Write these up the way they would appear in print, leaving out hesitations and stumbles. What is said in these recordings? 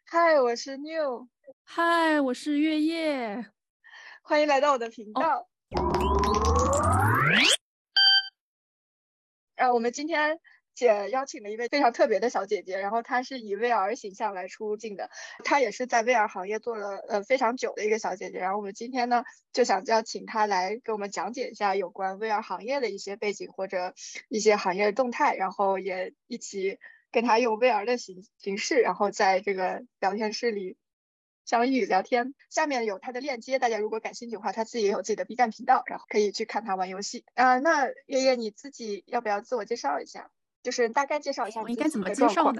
嗨，我是 New， 嗨，我是月夜。 欢迎来到我的频哦， 道。我们今天邀请了一位非常特别的小姐姐，然后她是以 VR 形象来出镜的，她也是在 VR 行业做了非常久的一个小姐姐。然后我们今天呢就想邀请她来给我们讲解一下有关 VR 行业的一些背景或者一些行业动态，然后也一起跟她用 VR 的形式，然后在这个聊天室里相遇聊天。下面有他的链接，大家如果感兴趣的话，他自己也有自己的 B 站频道，然后可以去看他玩游戏。那月月你自己要不要自我介绍一下？就是大概介绍一下你自己我应该怎么的状况， 介绍呢？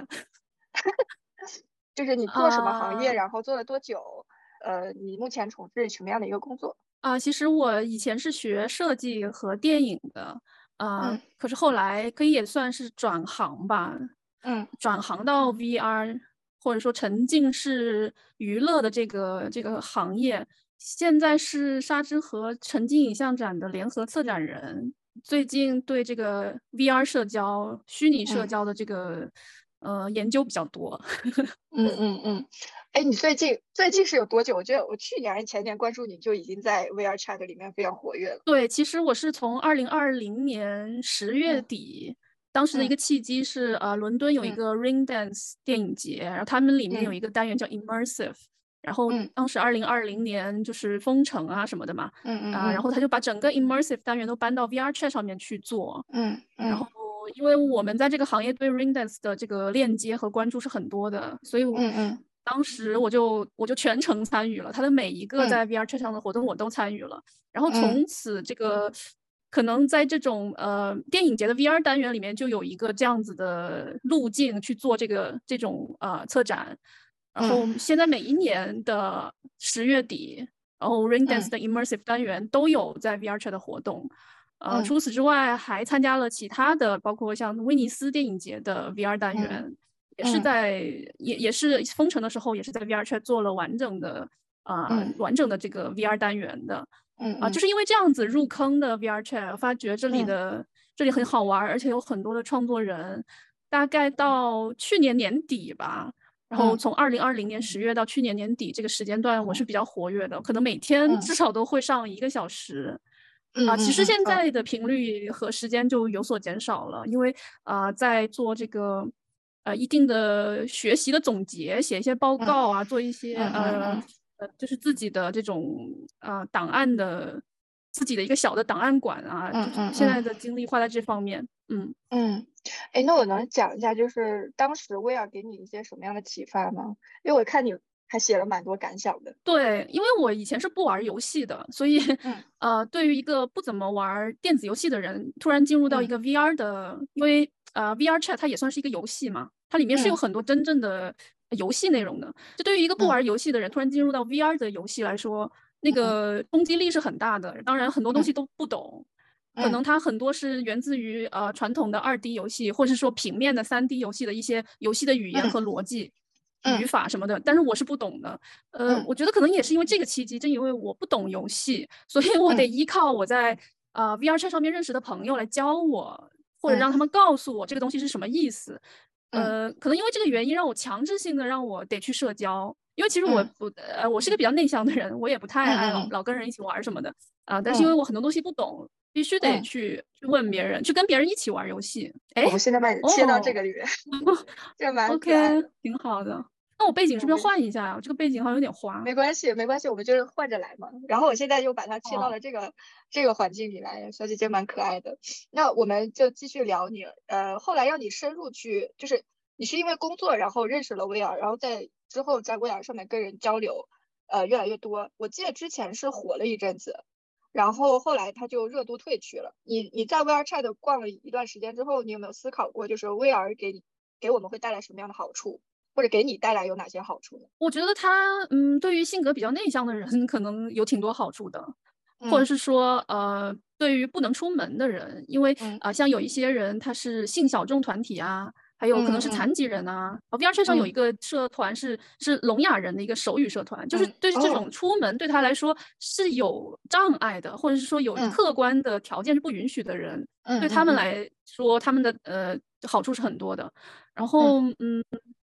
就是你做什么行业， 啊然后做了多久，你目前从事什么样的一个工作？ 其实我以前是学设计和电影的， 嗯可是后来可以也算是转行吧， 嗯转行到 VR 或者说沉浸式娱乐的这个行业。现在是沙之和沉浸影像展的联合策展人，最近对这个 VR 社交、虚拟社嗯交的这个研究比较多。 嗯，哎，你最近是有多久？我觉得我去年还是前年关注你就已经在 VR Chat 里面非常活跃了。 对，其实我是从2020年10月嗯底，当时的一嗯个契机是，伦敦有一嗯个 Ring Dance 电影节，然后他们里面有嗯一个单元叫 Immersive，然后嗯当时2020年就是封城啊什么的嘛，然嗯后他就把整个 Immersive 单元都搬到 VR Chat 上面去做，然后嗯嗯因为我们在这个行业对 Ring Dance 的这个链接和关注是很多的，所以当时我就全程参与了，他的每一个嗯在 VR Chat 上的活动我都参与了。然后嗯从此这个可能在这种电影节的 VR 单元里面就有一个这样子的路径去做这种策展，然嗯后现在每一年的10月底，然后 Ring Dance 嗯的 Immersive 单元都有在 VR Chat 的活动。 嗯除此之外，还参加了其他的，包括像威尼斯电影节的 VR 单嗯元，也是嗯在也是封城的时候，也是在 VR Chat 做了嗯完整的这个 VR 单元的。就嗯是因为这样子入坑的 VR Chat，发觉嗯这里很好玩，而且有很多的创作人。大概到去年年底吧，然后嗯从2020年10月到去年年底这个时间段，我是嗯比较活跃的，可能每天嗯至少都会上1个小时。其实现好， 在的频率和时间就有所减少了，因为在做这个一定的学习的总结，写一些报嗯告啊，做一些嗯就是自己的这种档案的自己的一个小的档案馆啊， 嗯就是现在嗯嗯的精力花在这方面。 嗯，哎，那我能讲一下，就是当时威尔给你一些什么样的启发吗？因为我看你还写了蛮多感想的。 对，因为我以前是不玩游戏的，所以嗯对于一个不怎么玩电子游戏的人，突然进入到一嗯个 VR 的，因为VR Chat 它也算是一个游戏嘛，它里面是有嗯很多真正的游戏内容的。就对于一个不嗯玩游戏的人，突然进入到 VR 的游戏来说，那嗯个冲击力是很大的。当然，很多东西嗯都不懂，可嗯能它很多是源自于传统的2D 游戏，或者是说平面的3D 游戏的一些游戏的语言和嗯逻辑。语嗯法什么的，但是我是不懂的。 嗯我觉得可能也是因为这个契机，正因为我不懂游戏，所以我得嗯依靠我在VR Chat 上面认识的朋友来教我，或者嗯让他们告诉我这个东西是什么意思。 嗯可能因为这个原因，让我强制性的让我得去社交，因为其实嗯我是个比较内向的人，我也不太爱老嗯老跟人一起玩什么的但是因为嗯我很多东西不懂，必须得嗯， 去问别人，去跟别人一起玩游戏。哎， 我们现在把你切到这哦个里面，这蛮可爱 ，OK， 的。 挺好的。那我背景对， 是不是要换一下呀？我这个背景好像有点花。 没关系，没关系，我们就是换着来嘛。然后我现在又把它切到哦， 了这个环境里来，小姐姐蛮可爱的。那我们就继续聊你，后来让你深入去，就是你是因为工作，然后认识了威尔，然后在之后在威尔上面跟人交流，越来越多。我记得之前是火了一阵子，然后后来他就热度退去了。你在威尔 Chat 逛了一段时间之后，你有没有思考过，就是威尔给我们会带来什么样的好处，或者给你带来有哪些好处呢？ 我觉得他对于性格比较内向的人，可能有挺多好处的，或者嗯是说对于不能出门的人，因为嗯像有一些人他是性小众团体啊，还有可能是嗯残疾人啊。VR 圈上有一嗯个社团是聋哑人的一个手语社团，就是对这哦种出门对他来说是有障碍的，或者是说有嗯客观的条件是不允许的人，对他们嗯嗯来说，他们的好处是很多的。然嗯后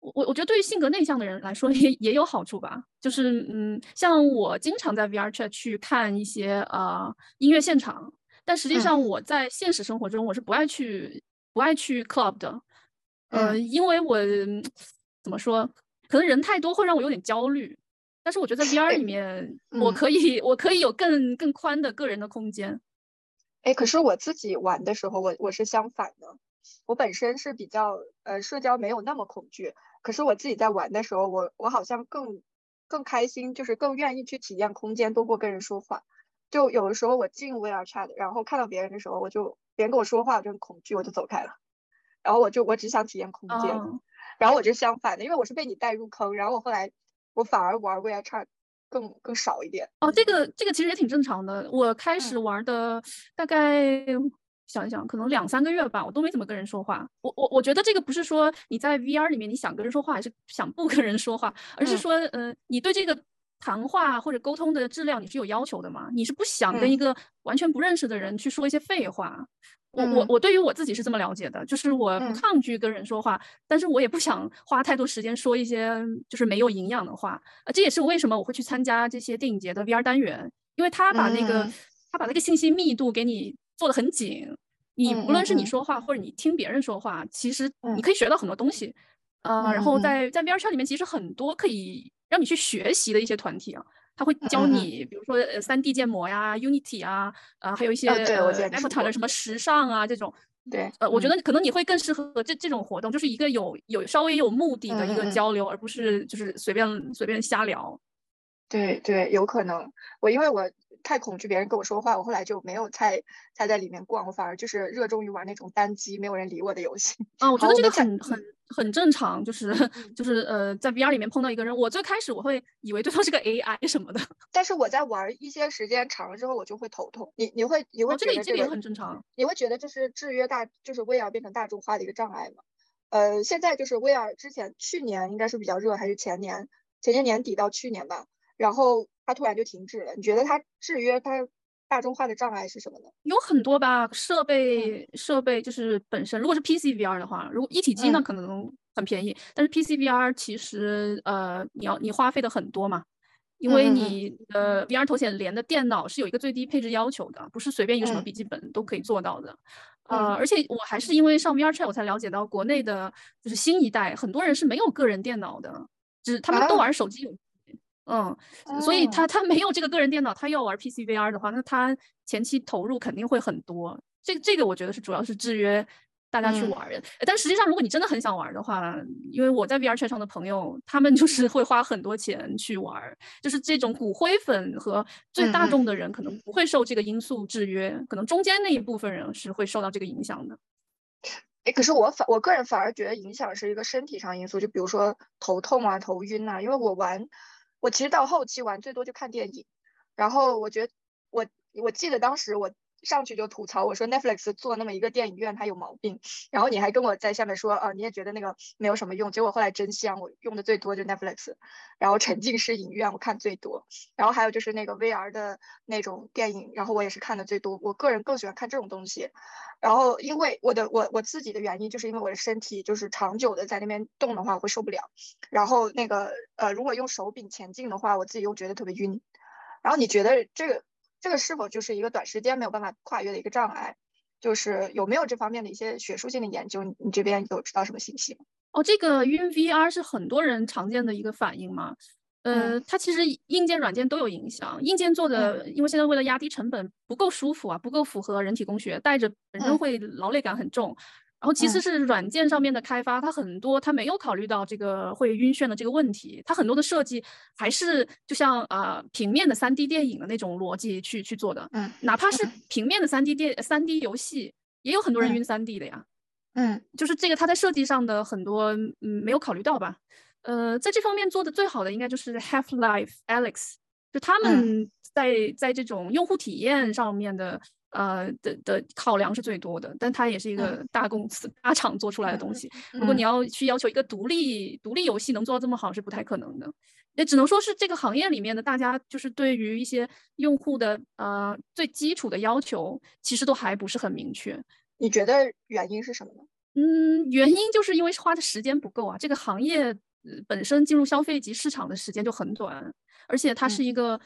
我觉得对于性格内向的人来说也有好处吧，就是像我经常在 VRChat 去看一些音乐现场，但实际嗯上我在现实生活中我是不爱去 club 的， 嗯， 因为我怎么说，可能人太多会让我有点焦虑，但是我觉得在 VR 哎， 里面我嗯。 可以有更宽的个人的空间。 哎，可是我自己玩的时候，我是相反的。我本身是比较社交没有那么恐惧，可是我自己在玩的时候，我好像更开心，就是更愿意去体验空间多过跟人说话。就有的时候我进 VR Chat，然后看到别人的时候，别人跟我说话，我就很恐惧，我就走开了。然后我只想体验空间， 嗯。 然后我就相反的，因为我是被你带入坑，然后我后来我反而玩 VR Chat 更少一点。 哦，这个其实也挺正常的。我开嗯始玩的大概想一想，可能2、3个月吧，我都没怎么跟人说话。我觉得这个不是说你在 VR 里面你想跟人说话，还是想不跟人说话，而是嗯说，你对这个谈话或者沟通的质量你是有要求的嘛？你是不想跟嗯一个完全不认识的人去说一些废话。我我嗯我对于我自己是这么了解的，就是我不嗯抗拒跟人说话，但是我也不想花太多时间说一些就是没有营养的话。这也是为什么我会去参加这些电影节的 VR 单元，因为嗯他把那个信息密度给你做得很紧，你嗯无论是你嗯嗯说话或者你听别人说话，其实你嗯可以学到很多东西。然后嗯嗯嗯在 VR 圈里面，其实很多可以让你去学习的一些团体啊，他会嗯嗯嗯， 教你，比如说3D 建模呀、Unity 啊，还有一些对，我记得你说 Avatar 的过， 什么时尚啊这种。 对， 我觉得可能你会更适合这种活动，就是一个有稍微有目的的一嗯嗯嗯。 个交流，而不是就是随便瞎聊。 对对，有可能。因为我太恐惧别人跟我说话，我后来就没有太在里面逛，我反而就是热衷于玩那种单机没有人理我的游戏。 我觉好， 得这个我们下， 很正常，就是嗯， 就是在 VR 里面碰到一个人，我最开始我会以为对方是个 AI 什么的。 但是我在玩一些时间长了之后，我就会头痛。你会这个这个也觉得这个， 很正常。 你会觉得这是制约就是 VR 变成大众化的一个障碍吗？现在就是 VR 之前去年应该是比较热，还是前年年底到去年吧，然后它突然就停止了。你觉得它制约它大众化的障碍是什么呢？ 有很多吧，设嗯备设备就是本身，如果是 PC VR 的话，如果一体机那嗯可能很便宜，但是 PC VR 其实你花费的很多嘛，因为嗯嗯嗯你的 VR 头显连的电脑是有一个最低配置要求的，不是随便一个什么嗯笔记本都可以做到的。 嗯而且我还是因为上 VR Chat 我才了解到，国内的就是新一代很多人是没有个人电脑的，只他们都啊， 玩手机游戏。嗯，所以嗯他没有这个个人电脑，他要玩 PC VR 的话，那他前期投入肯定会很多。这个我觉得是主要是制约大家去嗯玩的。但实际上，如果你真的很想玩的话，因为我在 VR 圈上的朋友，他们就是会花很多钱去玩，就是这种骨灰粉和最大嗯嗯， 众的人可能不会受这个因素制约，可能中间那一部分人是会受到这个影响的。 哎，可是我个人反而觉得影响是一个身体上因素，就比如说头痛啊、头晕啊，因为我其实到后期玩最多就看电影，然后我觉得我记得当时我上去就吐槽，我说 Netflix 做那么一个电影院它有毛病，然后你还跟我在下面说啊，你也觉得那个没有什么用，结果后来真香，我用的最多就是 Netflix，然后沉浸式影院我看最多，然后还有就是那个 VR 的那种电影，然后我也是看的最多，我个人更喜欢看这种东西。然后因为我自己的原因，就是因为我的身体就是长久的在那边动的话，我会受不了。然后那个如果用手柄前进的话，我自己又觉得特别晕。然后你觉得这个是否就是一个短时间没有办法跨越的一个障碍？就是有没有这方面的一些学术性的研究？你这边有知道什么信息吗？ 哦，这个晕 VR 是很多人常见的一个反应嘛。 嗯它其实硬件、软件都有影响。硬件做嗯的，因为现在为了压低成本，不够舒服啊，不够符合人体工学，戴着本身嗯会劳累感很重。然后其次嗯是软件上面的开发，它很多它没有考虑到这个会晕眩的这个问题，它很多的设计还是就像平面的3D 电影的那种逻辑去做的， 嗯哪怕是嗯平面的3D 游戏，也有很多人嗯晕3D 的呀。 嗯就是这个它在设计上的很多没有考虑到吧。在这方面做的最好的应该就是 Half-Life Alex，就他嗯们在这种用户体验上面的考量是最多的，但它也是一嗯个大公司大厂做出来的东西。如果你嗯要去要求一个独立游戏能做到这么好，是不太可能的。也只能说是这个行业里面的大家就是对于一些用户的最基础的要求，其实都还不是很明确。 你觉得原因是什么呢？ 原因就是因为花的时间不够啊，这个行业本身进入消费级市场的时间就很短，而且它是一个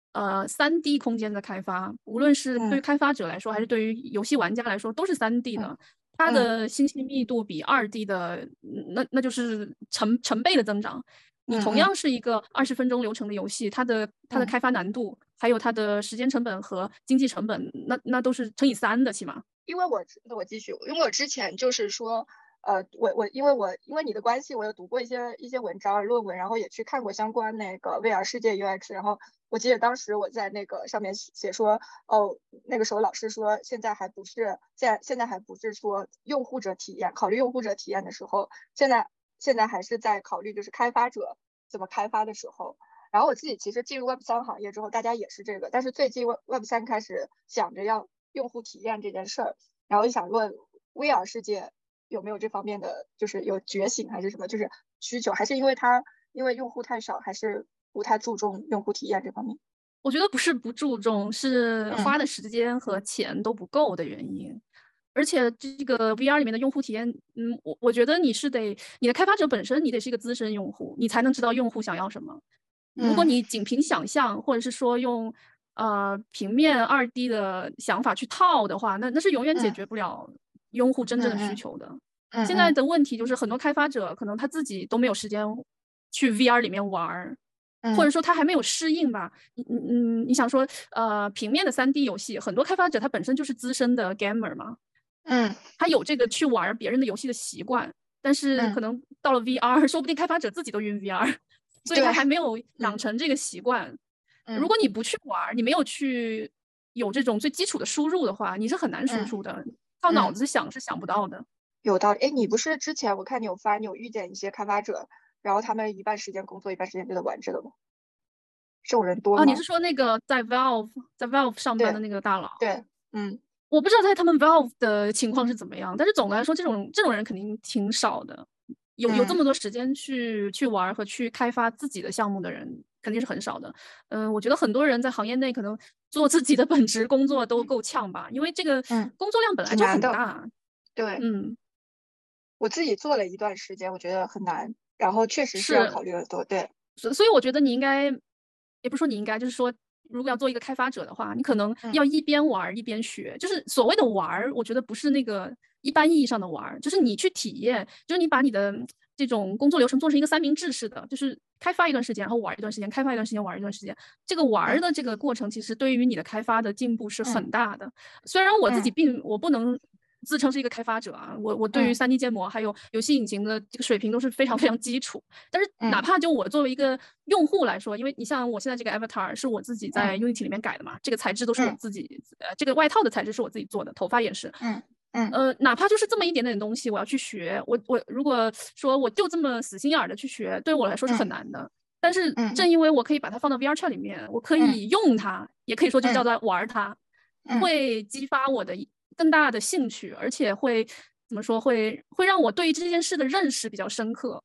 3D 空间的开发，无论是对于开发者来说，还是对于游戏玩家来说，都是3D 的。它的信息密度比2D 的那就是成倍的增长。你同样是一个20分钟流程的游戏，它的开发难度，还有它的时间成本和经济成本，那都是乘以3的，起码。 因为我继续，因为我之前就是说，因为你的关系，我有读过一些文章论文，然后也去看过相关那个 VR 世界 UX，然后我记得当时我在那个上面写说，那个时候老师说现在还不是说用户者体验，考虑用户者体验的时候，现在还是在考虑就是开发者怎么开发的时候。然后我自己其实进入 Web3 行业之后，大家也是这个，但是最近 Web3 开始想着要用户体验这件事儿，然后就想问 VR 世界有没有这方面的，就是有觉醒还是什么，就是需求，还是因为用户太少，还是不太注重用户体验这方面？ 我觉得不是不注重，是花的时间和钱都不够的原因。而且这个 VR 里面的用户体验，我觉得你的开发者本身，你得是一个资深用户，你才能知道用户想要什么。如果你仅凭想象，或者是说用平面2D 的想法去套的话，那是永远解决不了用户真正的需求的。现在的问题就是很多开发者可能他自己都没有时间去 VR 里面玩，或者说他还没有适应吧。你想说平面的3D 游戏，很多开发者他本身就是资深的 gamer 嘛，他有这个去玩别人的游戏的习惯，但是可能到了 VR，说不定开发者自己都晕 VR，所以他还没有养成这个习惯。如果你不去玩，你没有去有这种最基础的输入的话，你是很难输出的。靠脑子想是想不到的。 有道理。哎，你不是之前我看你有发，你有遇见一些开发者，然后他们一半时间工作，一半时间就在玩这个吗？这种人多吗？ 你是说那个在 Valve 上班的那个大佬？ 对， 我不知道在他们 Valve 的情况是怎么样，但是总的来说，这种人肯定挺少的。有这么多时间去玩和去开发自己的项目的人，肯定是很少的。我觉得很多人在行业内可能做自己的本职工作都够呛吧，因为这个工作量本来就很大。 对，我自己做了一段时间，我觉得很难，然后确实是要考虑的多。对， 所以我觉得你应该，也不是说你应该，就是说，如果要做一个开发者的话，你可能要一边玩一边学。就是所谓的玩，我觉得不是那个一般意义上的玩，就是你去体验，就是你把你的这种工作流程做成一个三明治似的，就是开发一段时间，然后玩一段时间，开发一段时间，玩一段时间。这个玩的这个过程，其实对于你的开发的进步是很大的。虽然我自己我不能自称是一个开发者啊，我对于3D 建模还有游戏引擎的这个水平都是非常非常基础。但是哪怕就我作为一个用户来说，因为你像我现在这个 avatar 是我自己在 Unity 里面改的嘛，这个材质都是我自己，这个外套的材质是我自己做的，头发也是。哪怕就是这么一点点东西，我要去学，我如果说我就这么死心眼的去学，对我来说是很难的。但是正因为我可以把它放到 VRChat 里面，我可以用它，也可以说就叫做玩它，会激发我的更大的兴趣，而且会怎么说，会让我对这件事的认识比较深刻。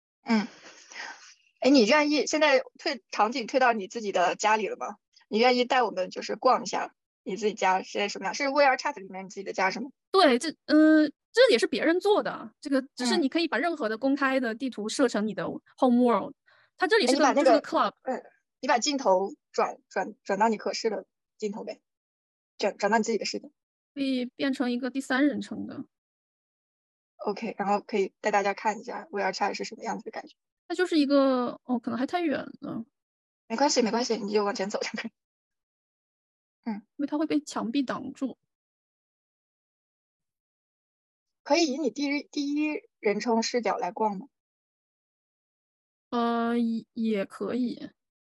哎，你愿意现在场景推到你自己的家里了吗？你愿意带我们就是逛一下你自己家是什么样？是 VRChat 里面你自己的家是吗？ 对，这也是别人做的，这个只是你可以把任何的公开的地图设成你的 home world。它这里是个就是个 club。 你把镜头转到你合适的镜头呗，转到你自己的视角， 可以变成一个第3人称的。 OK， 然后可以带大家看一下 VRChat 是什么样子的感觉。 它就是一个可能还太远了。 没关系，你就往前走就可以。 因为它会被墙壁挡住。 可以以你第一人称视角来逛吗？ 也可以。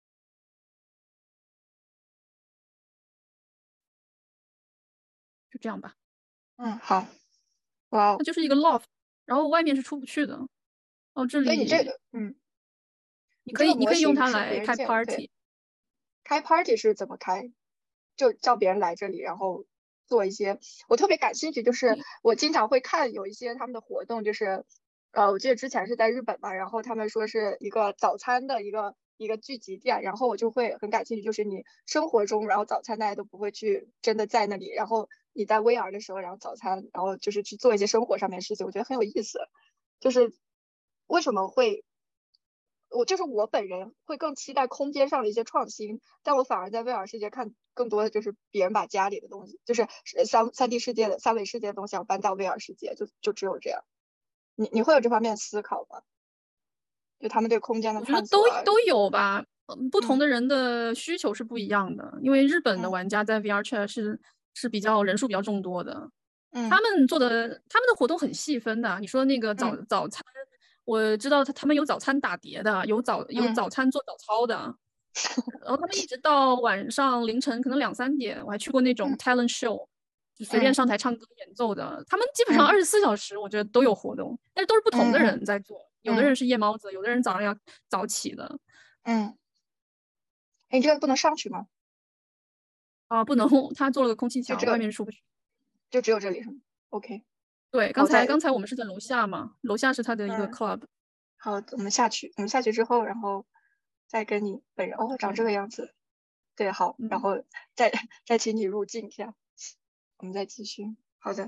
就这样吧。 好。哇， 它就是一个 loft， 然后外面是出不去的。这里。 所以你这个， 你可以用它来开 party。 开 party 是怎么开？就叫别人来这里，然后做一些。我特别感兴趣，就是我经常会看有一些他们的活动，就是我记得之前是在日本嘛，然后他们说是一个早餐的一个一个聚集点，然后我就会很感兴趣，就是你生活中，然后早餐大家都不会去真的在那里，然后你在 VR 的时候，然后早餐，然后就是去做一些生活上面的事情，我觉得很有意思。就是为什么会我本人会更期待空间上的一些创新，但我反而在 VR 世界看更多的就是别人把家里的东西，就是3D 世界的3维世界的东西要搬到 VR 世界，就只有这样。你会有这方面思考吗？就他们对空间的我觉得探索啊。 都有吧，不同嗯的人的需求是不一样的。因为日本的嗯玩家在 VRChat 是比较人数比较众多的，他嗯们的活动很细分的。你说那个嗯早餐，我知道他们有早餐打碟的，有嗯早餐做早操的，然后他们一直到晚上凌晨可能2、3点，我还去过那种嗯 talent show，就随便嗯上台唱歌演奏的。他们基本上嗯 24小时，我觉得都有活动，但是都是不同的嗯嗯人在做。有的人嗯是夜猫子，有的人早上要早起的。 嗯，哎，你这个不能上去吗？ 啊，不能，他做了个空气墙，外就只有面出不去。 就只有这里是吗？OK， 对，刚好， 才刚才我们是在楼下嘛，楼下是他的一个嗯 club。 好，我们下去之后，然后再跟你本人哦，长这对， 个样子，对，好，然嗯后再再请你入镜一下，我们再继续。好的，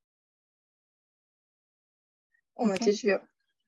我们继 ，OK。 续。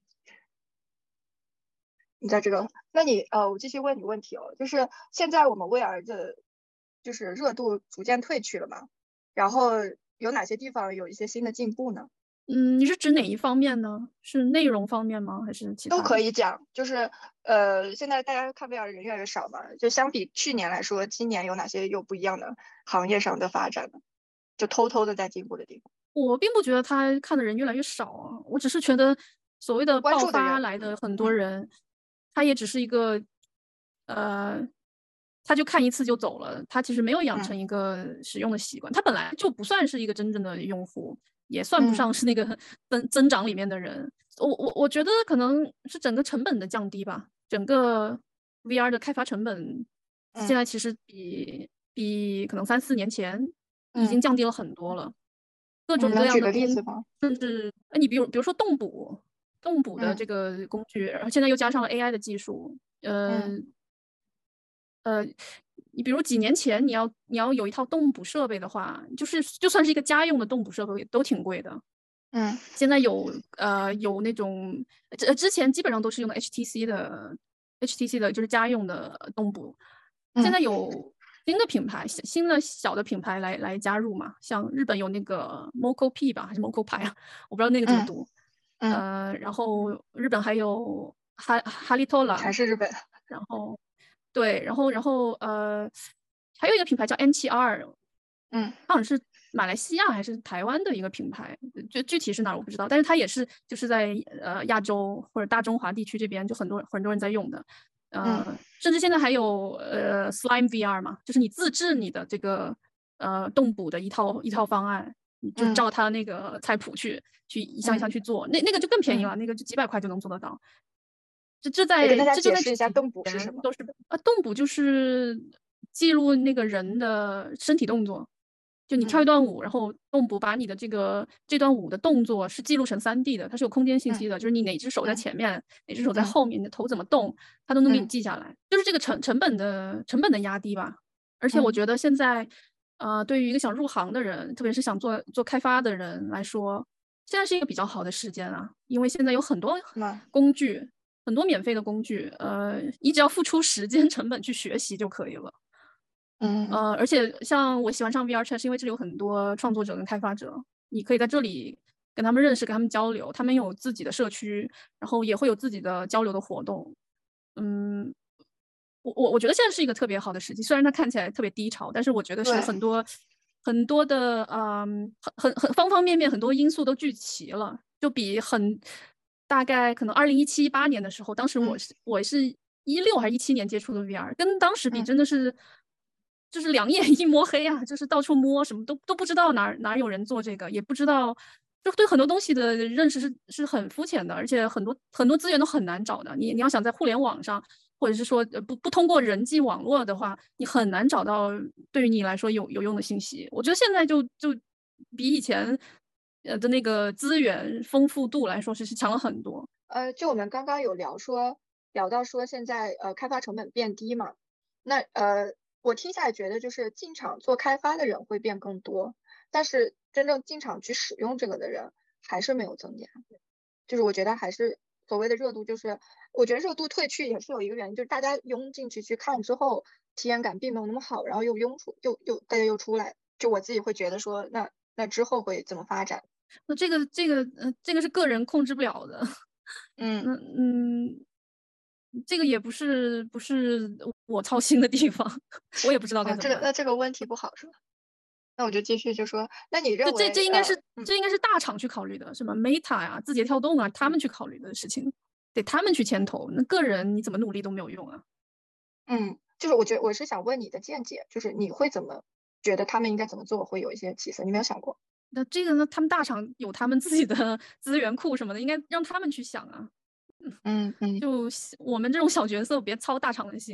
你在这个，那你我继续问你问题哦，就是现在我们 VR 的，就是热度逐渐退去了嘛，然后有哪些地方有一些新的进步呢？ 嗯，你是指哪一方面呢？是内容方面吗？还是其都可他的？ 以讲，就是现在大家看 VR 的人越来越少嘛，就相比去年来说，今年有哪些又不一样的行业上的发展呢？就偷偷的在进步的地方， 我并不觉得他看的人越来越少啊，我只是觉得所谓的关爆注的人， 发来的很多嗯人，他也只是一个，呃，他就看一次就走了，他其实没有养嗯成一个使用的习惯，他本来就不算是一个真正的用户，也算不嗯上是那个增长里面的人。我觉得可能是整个成本的降低吧，整个 VR 的开发成本现嗯在其实比可能3、4年前已经嗯降低了很多了。各种各你能举个例样的工， 子吗？ 你比如说动捕的嗯这个工具，然后现在又加上了 AI 的技术。 嗯呃，你比如几年前你要有一套动捕设备的话，就算是一个家用的动捕设备都挺贵的。 嗯现在有那种之前基本上都是用的 HTC 的就是家用的动捕，现嗯在有新的品牌新的小的品牌来加入嘛，像日本有那个 MocoP 吧，还是 MocoPi 啊，我不知道那个怎么嗯读。 嗯， 然后日本还有哈利托拉， 还是日本， 然后对，还有一个品牌叫 N72， 嗯好像是马来西亚还是台湾的一个品牌，就具体是哪儿我不知道，但是它也是就是在亚洲或者大中华地区这边就很多人在用的。 嗯甚至现在还有Slime VR 嘛，就是你自制你的这个动捕的一套方案，你就嗯， 照它那个菜谱去一项一嗯项去做，那个就更便宜嗯， 了，那个就几百块就能做得到。这可以跟大家就在几解释一下动捕是什么？ 年都是动捕就是记录那个人的身体动作，就你跳嗯一段舞，然后动捕把你的这段舞的动作是记录成3D 的，它是有空间信嗯息的，就是你哪只手在嗯前面，哪只手在嗯后面，你的头怎么动，它都能给你嗯记下来，就是这个成本的压低吧。而且我嗯， 觉得现在，对于一个想入行的人，特别是想做开发的人来说，现在是一个比较好的时间啊，因为现在有很多是吗？ 工具，很多免费的工具，你只要付出时间成本去学习就可以了。 嗯而且像我喜欢上 VRChat，是因为这里有很多创作者跟开发者，你可以在这里跟他们认识，跟他们交流，他们有自己的社区，然后也会有自己的交流的活动。嗯，我觉得现在是一个特别好的时机，虽然它看起来特别低潮，但是我觉得是对， 很多的很方方面面很多因素都聚齐了，就比大概可能2017、18年的时候，当时嗯我是16还是17年接触的 VR，跟当时比嗯真的是就是两眼一摸黑啊，就是到处摸，什么都不知道哪儿有人做这个，也不知道。就对很多东西的认识是很肤浅的，而且很多很多资源都很难找的。你要想在互联网上，或者是说不通过人际网络的话，你很难找到对于你来说有用的信息。我觉得现在就比以前的那个资源丰富度来说是强了很多。 就我们刚刚有聊说， 聊到说现在开发成本变低嘛，那我听下来觉得就是进场做开发的人会变更多，但是真正进场去使用这个的人还是没有增加。就是我觉得还是所谓的热度，就是我觉得热度退去也是有一个原因，就是大家涌进去看之后，体验感并没有那么好，然后又大家又出来，就我自己会觉得说，那之后会怎么发展？ 那这个是个人控制不了的。 嗯， 这个也不是我操心的地方，我也不知道该啊， 怎么办。 这个问题不好说。那我就继续就说，那你这认为这这应该是这应该是大厂去考虑的，什么 Meta 呀、字节跳动啊，他们去考虑的事情，得他们去牵头。那个人你怎么努力都没有用啊。 就是我觉得我是想问你的见解，就是你会怎么觉得他们应该怎么做会有一些起色？你没有想过？ 那这个呢，他们大厂有他们自己的资源库什么的，应该让他们去想啊。 嗯嗯就我们这种小角色，别操大厂的心。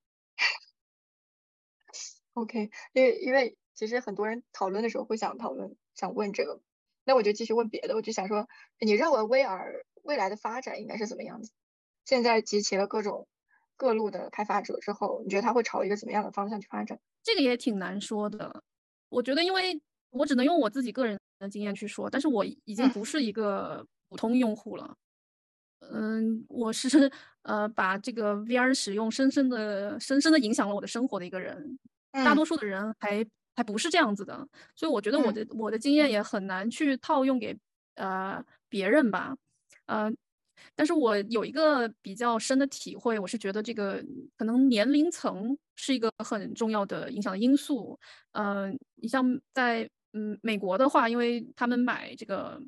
，OK，因为其实很多人讨论的时候会想问这个，那我就继续问别的，我就想说，你认为 VR 未来的发展应该是怎么样子？现在集齐了各路的开发者之后，你觉得它会朝一个怎么样的方向去发展？ 这个也挺难说的。我觉得，因为我只能用我自己个人的经验去说，但是我已经嗯不是一个普通用户了。我是把这个 VR 使用深深的影响了我的生活的一个人。大嗯多数的人还不是这样子的，所以我觉得我嗯的经验也很难去套用给别人吧。呃，但是我有一个比较深的体会，我是觉得这个可能年龄层是一个很重要的影响的因素。你像在美国的话，因为他们买这个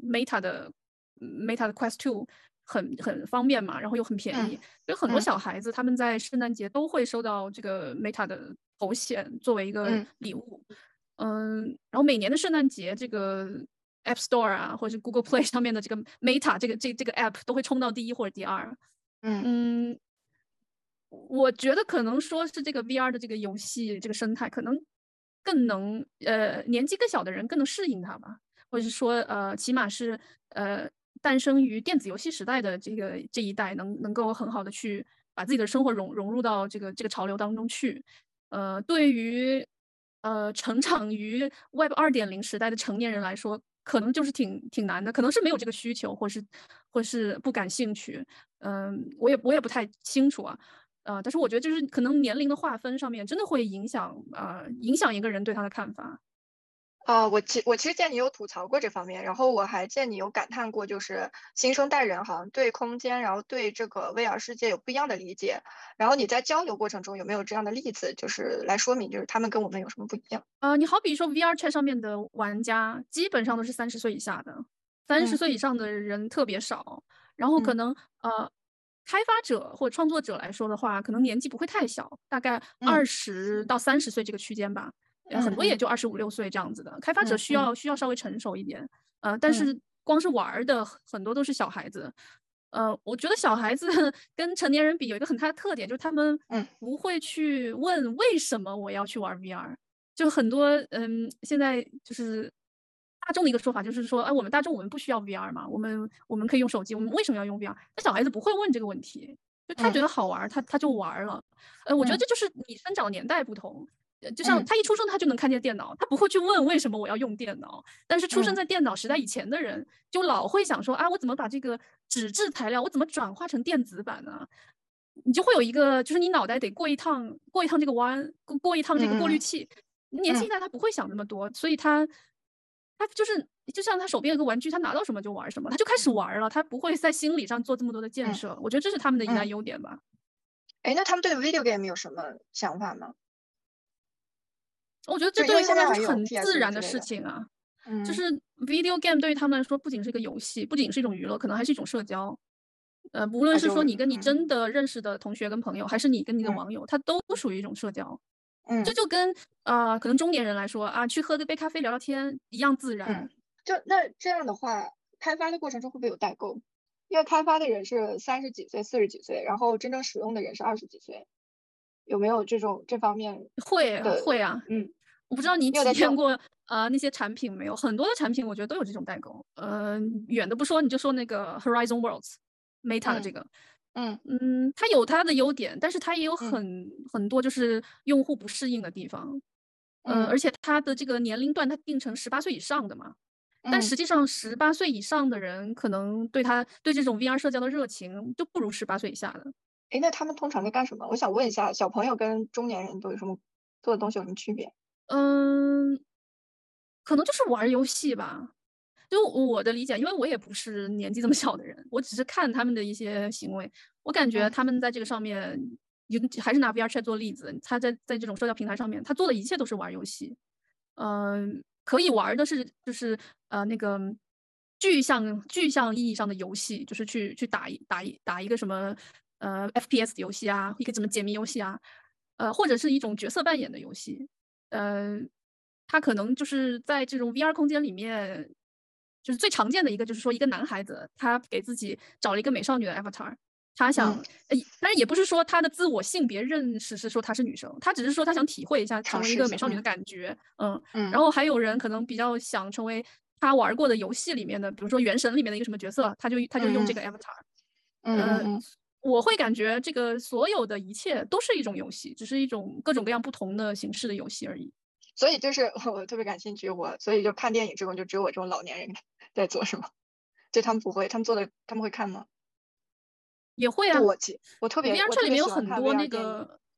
Meta 的 Quest 2很方便嘛，然后又很便嗯宜，所以很多嗯小孩子他们在圣诞节都会收到这个 Meta 的头显作为一个嗯礼物。然后每年的圣诞节，这个 App Store 啊，或者是 Google Play 上面的这个 Meta 这个 App 都会冲到第一或者第二。 嗯嗯，我觉得可能说是这个 VR 的这个游戏这个生态，可能更能年纪更小的人更能适应它吧，或者是说起码是诞生于电子游戏时代的这一代能够很好的去把自己的生活融入到这个潮流当中去。对于成长于 Web 2.0时代的成年人来说，可能就是挺难的，可能是没有这个需求，或是不感兴趣。我也不太清楚啊。但是我觉得就是可能年龄的划分上面真的会影响一个人对他的看法。 我其实见你有吐槽过这方面，然后我还见你有感叹过，就是新生代人好像对空间，然后对这个 VR 世界有不一样的理解。然后你在交流过程中有没有这样的例子，就是来说明就是他们跟我们有什么不一样？ 你好比说 VR Chat 上面的玩家，基本上都是30岁以下的，三十嗯岁以上的人特别少。然后可嗯能开发者或创作者来说的话，可能年纪不会太小，大概嗯 20到30岁这个区间吧。很多也嗯就25、26岁这样子的。开发者嗯嗯需要稍微成熟一点。但嗯是光是玩的很多都是小孩子。我觉得小孩子跟成年人比有一个很大的特点，就是他们嗯不会去问为什么我要去玩 VR。就很多现在就是大众的一个说法，就是说，哎，我们大众我们不需要 VR 嘛，我们可以用手机，我们为什么要用 VR？那小孩子不会问这个问题，就他觉嗯得好玩，他就玩了。我觉得嗯这就是你生长年代不同。就像嗯他一出生他就能看见电脑，他不会去问为什么我要用电脑。但是出生嗯在电脑时代以前的人，就老会想说啊，我怎么把这个纸质材料，我怎么转化成电子版呢？你就会有一个，就是你脑袋得过一趟这个弯，过一趟这个过滤嗯器。年轻嗯一代他不会想那么多，所以他就是就像他手边有个玩具，他拿到什么就玩什么，他就开始玩了，他不会在心理上做这么多的建嗯设。我觉得这是他们的一大嗯， 优点吧。 哎，那他们对 video game 有什么想法吗？ 我觉得这就因为对于他们来说现在还有是很自 PS5 然的之类的。 事情啊。就嗯是 video game 对于他们来说，不仅是一个游戏，不仅是一种娱乐，可能还是一种社交。无论啊， 是说就你跟你真的认识的同学跟朋友，还是你跟你的嗯网友，它都属于一种社交。这嗯就跟可能中年人来说啊，去喝个杯咖啡聊聊天一样自然。 嗯，就那这样的话，开发的过程中会不会有代沟？因为开发的人是30几岁、40几岁，然后真正使用的人是20几岁，有没有这方面的？ 会啊。 嗯， 我不知道你体你有在这？ 验过那些产品没有？很多的产品我觉得都有这种代沟。远的不说，你就说那个 Horizon Worlds Meta 的这嗯个， 嗯它有它的优点，但是它也有嗯很多就是用户不适应的地方。 嗯而且它的这个年龄段它定成18岁以上的嘛，但嗯。 实际上18岁以上的人可能对这种 VR 社交的热情就不如18岁以下的。 诶，那他们通常在干什么？我想问一下，小朋友跟中年人都有什么做的东西有什么区别？ 嗯，可能就是玩儿游戏吧。就我的理解，因为我也不是年纪这么小的人，我只是看他们的一些行为，我感觉嗯他们在这个上面，还是拿 VR Chat 做例子，他在这种社交平台上面，他做的一切都是玩儿游戏。可以玩儿的是就是那个具象意义上的游戏，就是去打一个什么FPS 的游戏啊，一个什么解谜游戏啊，或者是一种角色扮演的游戏。呃，他可能就是在这种 VR 空间里面，就是最常见的一个，就是说一个男孩子，他给自己找了一个美少女的 avatar，他想， 嗯， 当然也不是说他的自我性别认识是说她是女生，他只是说他想体会一下成为一尝试一下。 个美少女的感觉，然嗯后还有人可能比较想成为他玩过的游戏里面的，比如说《原神》里面的一个什么角色，他就用这个嗯 avatar，呃， 嗯嗯嗯。 我会感觉这个所有的一切都是一种游戏，只是一种各种各样不同的形式的游戏而已。 所以就是我特别感兴趣，所以就看电影这种就只有我这种老年人在做是吗？就他们不会，他们会看吗？ 也会啊，VR 我 Chat 特里面有别喜欢看很多 VR 那电影。 个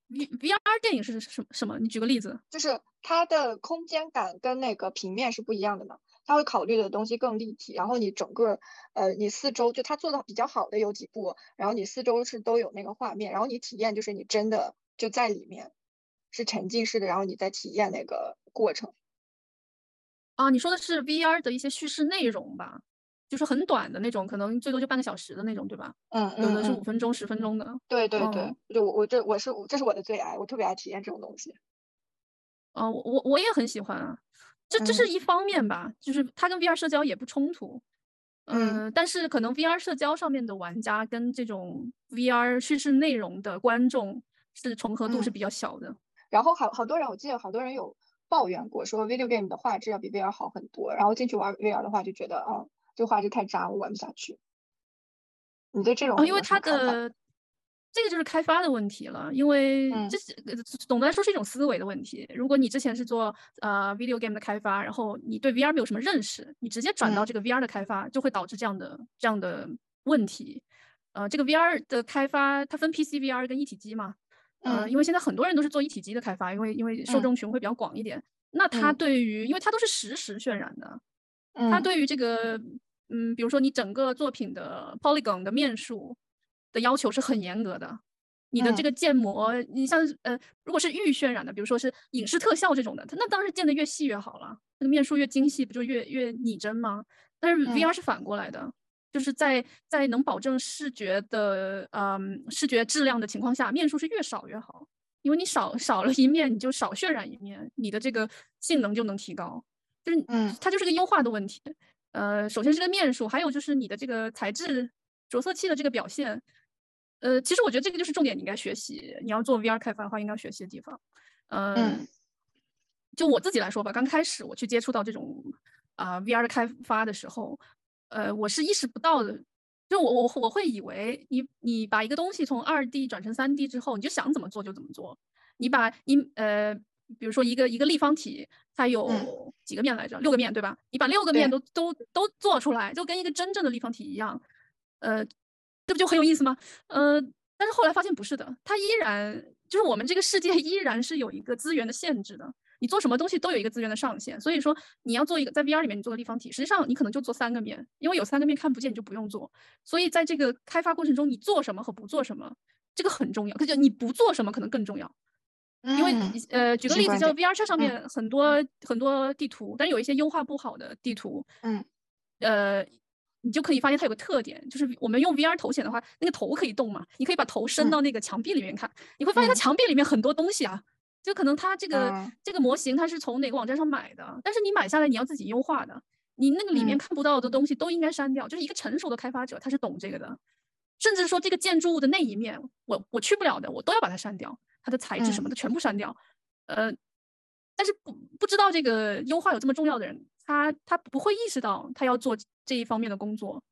VR 电影是什么？你举个例子。 就是它的空间感跟那个平面是不一样的嘛，它会考虑的东西更立体，然后你整个你四周就它做的比较好的有几部，然后你四周是都有那个画面，然后你体验就是你真的就在里面，是沉浸式的，然后你在体验那个过程。 啊，你说的是 VR 的一些叙事内容吧？就是很短的那种，可能最多就半个小时的那种，对吧？ 嗯有的是嗯嗯。 5分钟、10分钟的。 对对对， 嗯。 就这是我的最爱，我特别爱体验这种东西。 我也很喜欢啊，这是嗯一方面吧，就是它跟 VR 社交也不冲突。 嗯但是可能 VR 社交上面的玩家跟这种 VR 叙事内容的观众是重合度是嗯。 比较小的。 然后好多人，我记得好多人有抱怨过，说 video game 的画质要比 VR 好很多，然后进去玩 VR 的话就觉得啊，这画质太渣，我玩不下去。你对这种因为有什么看法？ 这个就是开发的问题了，因为嗯总的来说是一种思维的问题。如果你之前是做video game 的开发，然后你对 VR 没有什么认识，你直接转到嗯这个 VR 的开发，就会导致这样的问题。这个 VR 的开发它分 PC VR 跟一体机嘛， 嗯因为现在很多人都是做一体机的开发，因为受嗯众群会比较广一点。那它嗯对于，因为它都是实时渲染的，它嗯对于这个，比如说你整个作品的 polygon 的面数的要求是很严格的。你的这嗯个建模，你像如果是预渲染的，比如说是影视特效这种的，它那当然建的越细越好了，那个面数越精细，不就越拟真吗？但是嗯 VR 是反过来的，就是在能保证视觉质量的情况下，面数是越少越好，因为你少了一面，你就少渲染一面，你的这个性能就能提高。就是嗯它就是个优化的问题。首先是个面数，还有就是你的这个材质、着色器的这个表现。其实我觉得这个就是重点，你应该学习。你要做 VR 开发的话，应该学习的地方。 嗯嗯，就我自己来说吧，刚开始我去接触到这种VR 的开发的时候，我是意识不到的。就我会以为你把一个东西从2D 转成3D 之后，你就想怎么做就怎么做。你把你比如说一个立方体，它嗯。 有几个面来着？6个面，对吧？你把6个面对。 都做出来，就跟一个真正的立方体一样，这不就很有意思吗？呃，但是后来发现不是的，它依然就是我们这个世界依然是有一个资源的限制的。你做什么东西都有一个资源的上限，所以说你要做一个在 VR 里面你做个立方体，实际上你可能就做3个面，因为有3个面看不见，你就不用做。所以在这个开发过程中，你做什么和不做什么，这个很重要。就你不做什么可能更重要。因为嗯。 举个例子，叫新观点。 VR 车上嗯面很多地图，但是有一些优化不好的地图， 嗯呃，你就可以发现它有个特点，就是我们用 VR 头显的话，那个头可以动嘛，你可以把头伸嗯到那个墙壁里面看，你会发现它嗯墙壁里面很多东西啊，就可能它这个啊这个模型它是从哪个网站上买的，但是你买下来你要自己优化的，你那个里面嗯看不到的东西都应该删掉。就是一个成熟的开发者，他是懂这个的，甚至说这个建筑物的那一面，我去不了的，我都要把它删掉，它的材质什嗯么的全部删掉。呃，但是不知道这个优化有这么重要的人，他不会意识到他要做这一方面的工作。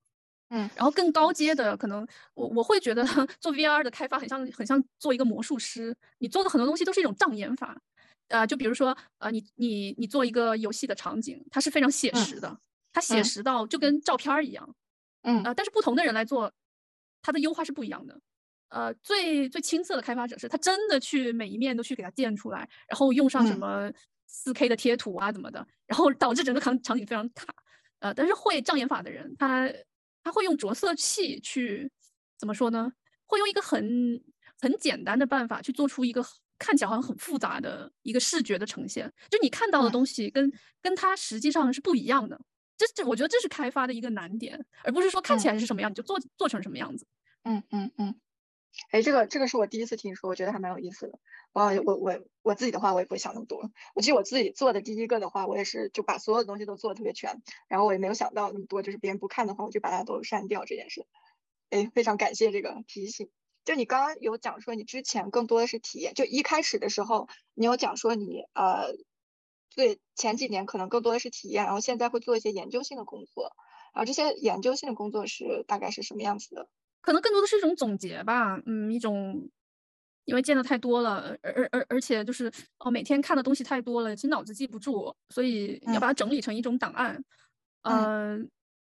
然后更高阶的，可能我会觉得做 VR 的开发很像做一个魔术师，你做的很多东西都是一种障眼法。就比如说，你做一个游戏的场景，它是非常写实的，它写实到就跟照片一样。但是不同的人来做，它的优化是不一样的。最青涩的开发者是他真的去每一面都去给它建出来，然后用上什么4K 的贴图啊怎么的，然后导致整个场景非常卡。但是会障眼法的人，他会用着色器去怎么说呢？会用一个很简单的办法去做出一个看起来好像很复杂的一个视觉的呈现，就你看到的东西跟它实际上是不一样的。我觉得这是开发的一个难点，而不是说看起来是什么样你就做成什么样子。 哎，这个是我第一次听说，我觉得还蛮有意思的。我自己的话，我也不会想那么多。我记得我自己做的第一个的话，我也是就把所有的东西都做的特别全，然后我也没有想到那么多，就是别人不看的话，我就把它都删掉这件事。哎，非常感谢这个提醒。就你刚刚有讲说你之前更多的是体验，就一开始的时候你有讲说你对前几年可能更多的是体验，然后现在会做一些研究性的工作，然后这些研究性的工作是大概是什么样子的？ 可能更多的是一种总结吧，一种因为见的太多了，而且就是每天看的东西太多了，其实脑子记不住，所以要把它整理成一种档案。呃，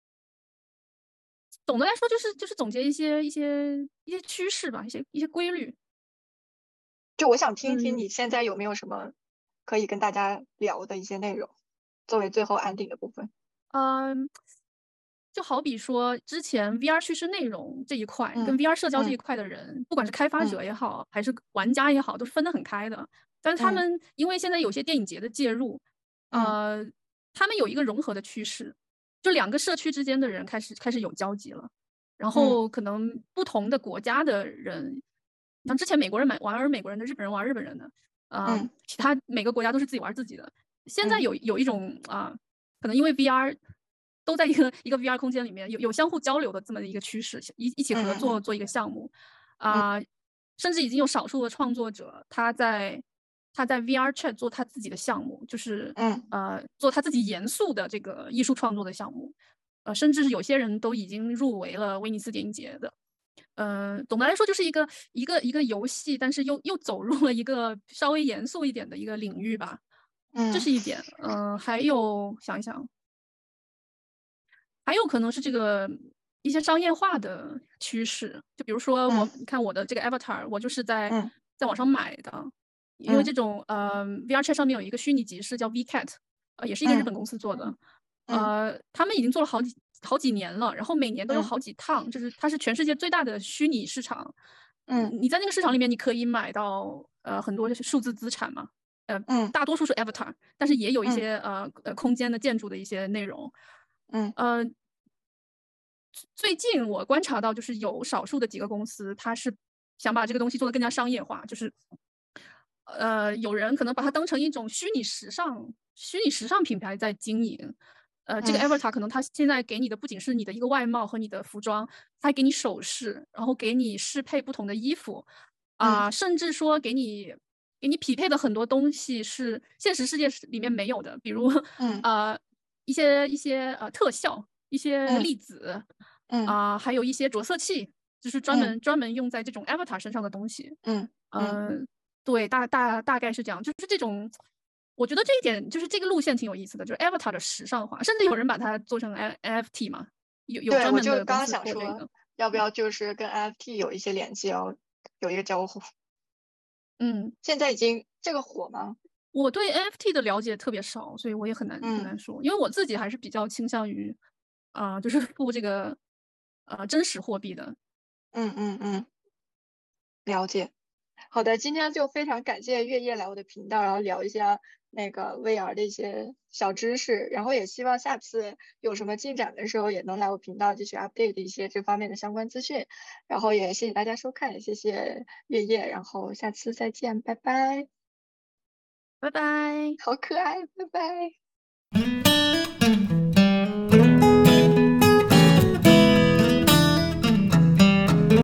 总的来说就是总结一些趋势吧，一些规律。 就我想听听嗯你现在有没有什么可以跟大家聊的一些内容，作为最后安定的部分。 嗯，就好比说之前 VR 叙事内容这一块跟嗯 VR 社交这一嗯块的人，不管是开发嗯者也好，还是玩家也好，都是分得很开的。但是他嗯们因为现在有些电影节的介入， 嗯呃，他们有一个融合的趋势，就两个社区之间的人开始有交集了。然嗯后可能不同的国家的人，像之前美国人玩美国人的，日本人玩日本人的， 嗯其他每个国家都是自己玩自己的。现在嗯有一种可能因为 VR 都在一个 VR 空间里面，有相互交流的这么的一个趋势，一起合作嗯做一个项目。 嗯甚至已经有少数的创作者他在 VR Chat 做他自己的项目，就是嗯做他自己严肃的这个艺术创作的项目。甚至是有些人都已经入围了威尼斯电影节的。总的来说就是一个游戏，但是又走入了一个稍微严肃一点的一个领域吧。这嗯是一点。还有想一想，还有可能是这个一些商业化的趋势，就比如说你看我的这个 avatar，我就是嗯在网上买的，因为这种VR Chat 上面有一个虚拟集市叫 VCat，也是一个日嗯本公司做的。 嗯他们已经做了好几年了，然后每年都有嗯好几趟，就是它是全世界最大的虚拟市场。 嗯你在那个市场里面，你可以买到很多数字资产嘛。 嗯大多数是 avatar，但是也有一嗯些空间的建筑的一些内容。 嗯呃，最近我观察到，就是有少数的几个公司，它是想把这个东西做得更加商业化，就是有人可能把它当成一种虚拟时尚品牌在经营。这个嗯 avatar 可能它现在给你的不仅是你的一个外貌和你的服装，它还给你首饰，然后给你适配不同的衣服。甚至说给你匹配的很多东西是现实世界里面没有的，比如嗯呃一些特效、一些嗯粒子。 嗯还有一些着色器，就是专门用在这种 avatar 身上的东西。 嗯嗯对，大概是这样，就是这种。我觉得这一点就是这个路线挺有意思的，就是 avatar 的时尚化，甚至有人把它做成 NFT 嘛，有对， 专我门的公司就刚刚想说， 做这个。 要不要就是跟 NFT 有一些联系，要有一个交互。 嗯， 现在已经这个火吗？ 我对 NFT 的了解特别少，所以我也很难说，因为我自己还是比较倾向于就是付这个真实货币的。 嗯，了解。好的，今天就非常感谢月夜来我的频道，然后聊一下那个 VR 的一些小知识，然后也希望下次有什么进展的时候也能来我频道继续 update 一些这方面的相关资讯。然后也谢谢大家收看，也谢谢月夜，然后下次再见，拜拜。 拜拜。 好可爱，拜拜。